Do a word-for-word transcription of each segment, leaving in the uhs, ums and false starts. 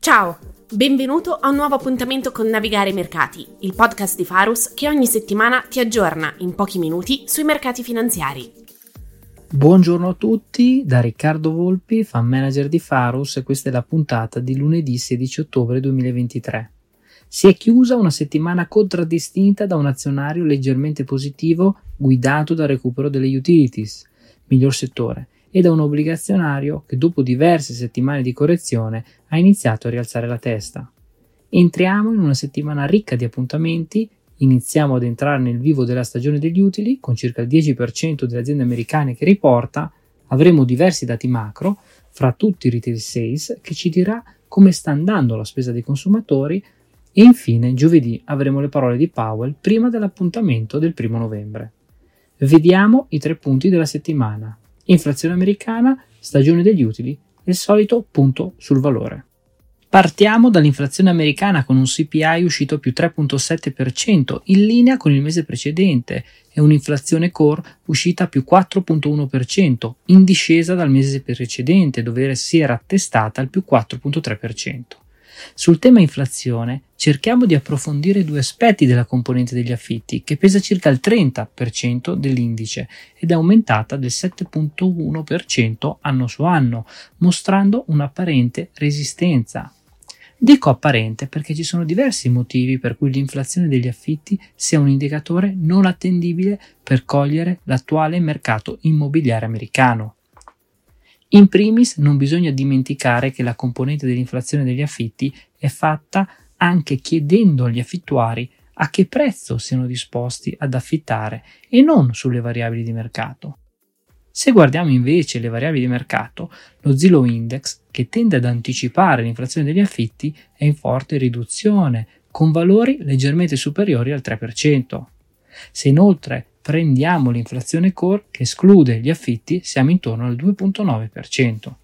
Ciao, benvenuto a un nuovo appuntamento con Navigare i Mercati, il podcast di Farus che ogni settimana ti aggiorna in pochi minuti sui mercati finanziari. Buongiorno a tutti, da Riccardo Volpi, fan manager di Farus, e questa è la puntata di lunedì sedici ottobre duemilaventitré. Si è chiusa una settimana contraddistinta da un azionario leggermente positivo guidato dal recupero delle utilities, miglior settore, e da un obbligazionario che dopo diverse settimane di correzione ha iniziato a rialzare la testa. Entriamo in una settimana ricca di appuntamenti, iniziamo ad entrare nel vivo della stagione degli utili, con circa il dieci per cento delle aziende americane che riporta, avremo diversi dati macro, fra tutti i retail sales, che ci dirà come sta andando la spesa dei consumatori, e infine giovedì avremo le parole di Powell prima dell'appuntamento del primo novembre. Vediamo i tre punti della settimana. Inflazione americana, stagione degli utili e il solito punto sul valore. Partiamo dall'inflazione americana con un C P I uscito a più tre virgola sette per cento, in linea con il mese precedente, e un'inflazione core uscita a più quattro virgola uno per cento, in discesa dal mese precedente dove si era attestata al più quattro virgola tre per cento. Sul tema inflazione cerchiamo di approfondire due aspetti della componente degli affitti, che pesa circa il trenta per cento dell'indice ed è aumentata del sette virgola uno per cento anno su anno, mostrando un'apparente resistenza. Dico apparente perché ci sono diversi motivi per cui l'inflazione degli affitti sia un indicatore non attendibile per cogliere l'attuale mercato immobiliare americano. In primis, non bisogna dimenticare che la componente dell'inflazione degli affitti è fatta anche chiedendo agli affittuari a che prezzo siano disposti ad affittare e non sulle variabili di mercato. Se guardiamo invece le variabili di mercato, lo Zillow Index, che tende ad anticipare l'inflazione degli affitti, è in forte riduzione, con valori leggermente superiori al tre per cento. Se inoltre prendiamo l'inflazione core che esclude gli affitti, siamo intorno al due virgola nove per cento.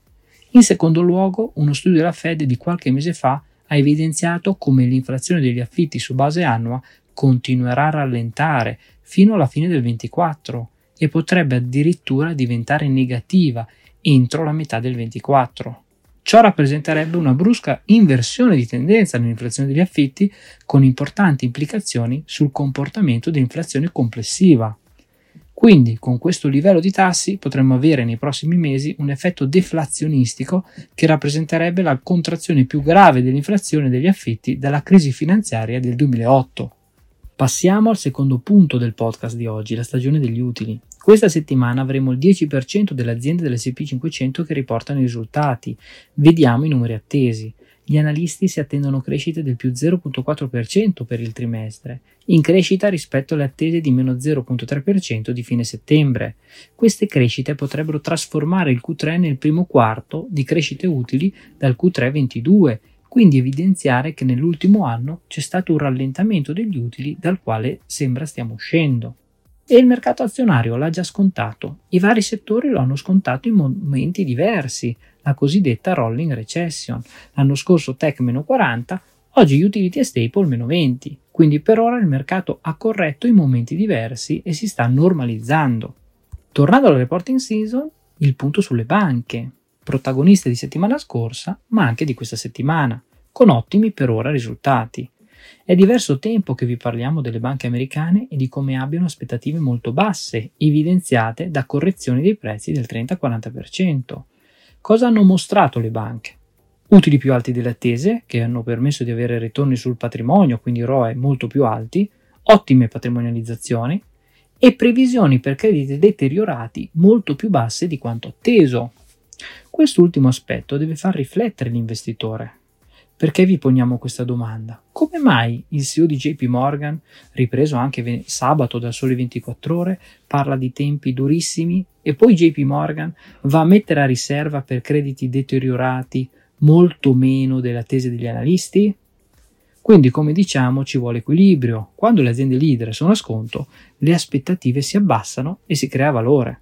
In secondo luogo, uno studio della Fed di qualche mese fa ha evidenziato come l'inflazione degli affitti su base annua continuerà a rallentare fino alla fine del ventiquattro e potrebbe addirittura diventare negativa entro la metà del ventiquattro. Ciò rappresenterebbe una brusca inversione di tendenza nell'inflazione degli affitti, con importanti implicazioni sul comportamento dell'inflazione complessiva. Quindi, con questo livello di tassi potremmo avere nei prossimi mesi un effetto deflazionistico che rappresenterebbe la contrazione più grave dell'inflazione degli affitti dalla crisi finanziaria del duemilaotto. Passiamo al secondo punto del podcast di oggi, la stagione degli utili. Questa settimana avremo il dieci per cento delle aziende dell'esse and pi cinquecento che riportano i risultati. Vediamo i numeri attesi. Gli analisti si attendono crescite del più zero virgola quattro per cento per il trimestre, in crescita rispetto alle attese di meno zero virgola tre per cento di fine settembre. Queste crescite potrebbero trasformare il Q tre nel primo quarto di crescite utili dal Q tre ventidue, quindi evidenziare che nell'ultimo anno c'è stato un rallentamento degli utili dal quale sembra stiamo uscendo. E il mercato azionario l'ha già scontato. I vari settori lo hanno scontato in momenti diversi, la cosiddetta rolling recession. L'anno scorso tech meno quaranta, oggi utility e staple meno venti. Quindi per ora il mercato ha corretto in momenti diversi e si sta normalizzando. Tornando alla reporting season, il punto sulle banche, protagoniste di settimana scorsa, ma anche di questa settimana, con ottimi per ora risultati. È diverso tempo che vi parliamo delle banche americane e di come abbiano aspettative molto basse, evidenziate da correzioni dei prezzi del trenta quaranta per cento. Cosa hanno mostrato le banche? Utili più alti delle attese, che hanno permesso di avere ritorni sul patrimonio, quindi R O E molto più alti, ottime patrimonializzazioni e previsioni per crediti deteriorati molto più basse di quanto atteso. Quest'ultimo aspetto deve far riflettere l'investitore. Perché vi poniamo questa domanda? Come mai il C E O di J P Morgan, ripreso anche ven- sabato dal Sole ventiquattro Ore, parla di tempi durissimi e poi J P Morgan va a mettere a riserva per crediti deteriorati molto meno delle attese degli analisti? Quindi, come diciamo, ci vuole equilibrio. Quando le aziende leader sono a sconto, le aspettative si abbassano e si crea valore.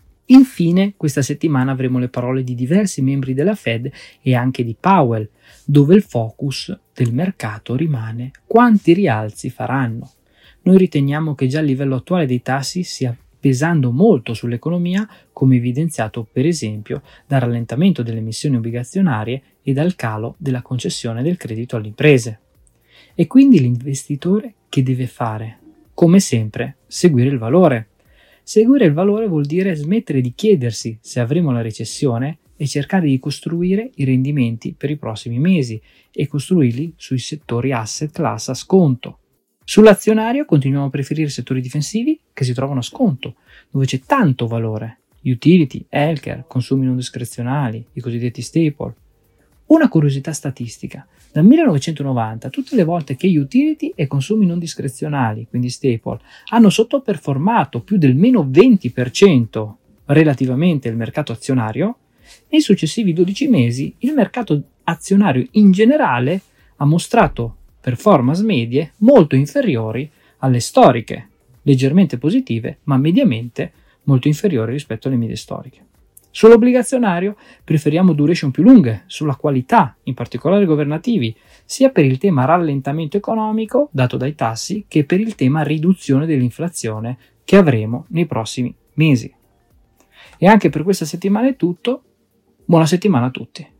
Infine, questa settimana avremo le parole di diversi membri della Fed e anche di Powell, dove il focus del mercato rimane quanti rialzi faranno. Noi riteniamo che già il livello attuale dei tassi sia pesando molto sull'economia, come evidenziato per esempio dal rallentamento delle emissioni obbligazionarie e dal calo della concessione del credito alle imprese. E quindi l'investitore che deve fare? Come sempre, seguire il valore. Seguire il valore vuol dire smettere di chiedersi se avremo la recessione e cercare di costruire i rendimenti per i prossimi mesi e costruirli sui settori asset class a sconto. Sull'azionario continuiamo a preferire settori difensivi che si trovano a sconto, dove c'è tanto valore: utility, healthcare, consumi non discrezionali, i cosiddetti staple. Una curiosità statistica: dal millenovecentonovanta, tutte le volte che utility e consumi non discrezionali, quindi staple, hanno sottoperformato più del meno venti per cento relativamente al mercato azionario, nei successivi dodici mesi il mercato azionario in generale ha mostrato performance medie molto inferiori alle storiche, leggermente positive, ma mediamente molto inferiori rispetto alle medie storiche. Sull'obbligazionario preferiamo duration più lunghe, sulla qualità, in particolare governativi, sia per il tema rallentamento economico dato dai tassi che per il tema riduzione dell'inflazione che avremo nei prossimi mesi. E anche per questa settimana è tutto. Buona settimana a tutti.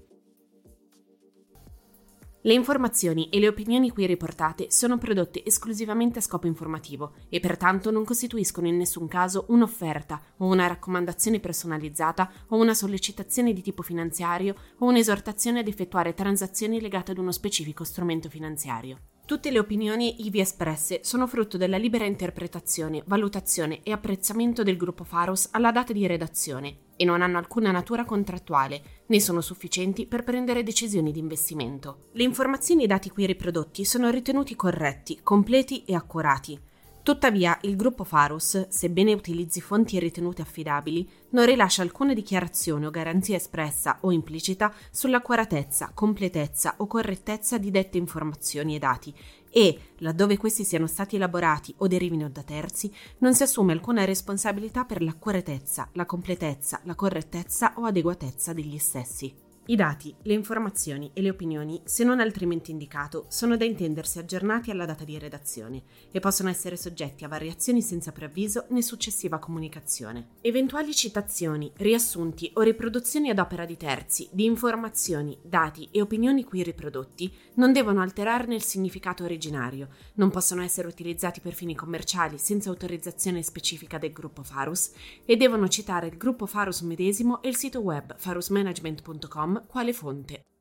Le informazioni e le opinioni qui riportate sono prodotte esclusivamente a scopo informativo e pertanto non costituiscono in nessun caso un'offerta o una raccomandazione personalizzata o una sollecitazione di tipo finanziario o un'esortazione ad effettuare transazioni legate ad uno specifico strumento finanziario. Tutte le opinioni ivi espresse sono frutto della libera interpretazione, valutazione e apprezzamento del gruppo Pharos alla data di redazione e non hanno alcuna natura contrattuale, né sono sufficienti per prendere decisioni di investimento. Le informazioni e i dati qui riprodotti sono ritenuti corretti, completi e accurati. Tuttavia, il gruppo Pharos, sebbene utilizzi fonti ritenute affidabili, non rilascia alcuna dichiarazione o garanzia espressa o implicita sull'accuratezza, completezza o correttezza di dette informazioni e dati e, laddove questi siano stati elaborati o derivino da terzi, non si assume alcuna responsabilità per l'accuratezza, la completezza, la correttezza o adeguatezza degli stessi. I dati, le informazioni e le opinioni, se non altrimenti indicato, sono da intendersi aggiornati alla data di redazione e possono essere soggetti a variazioni senza preavviso né successiva comunicazione. Eventuali citazioni, riassunti o riproduzioni ad opera di terzi di informazioni, dati e opinioni qui riprodotti non devono alterarne il significato originario, non possono essere utilizzati per fini commerciali senza autorizzazione specifica del gruppo Pharos e devono citare il gruppo Pharos medesimo e il sito web pharosmanagement punto com quale fonte.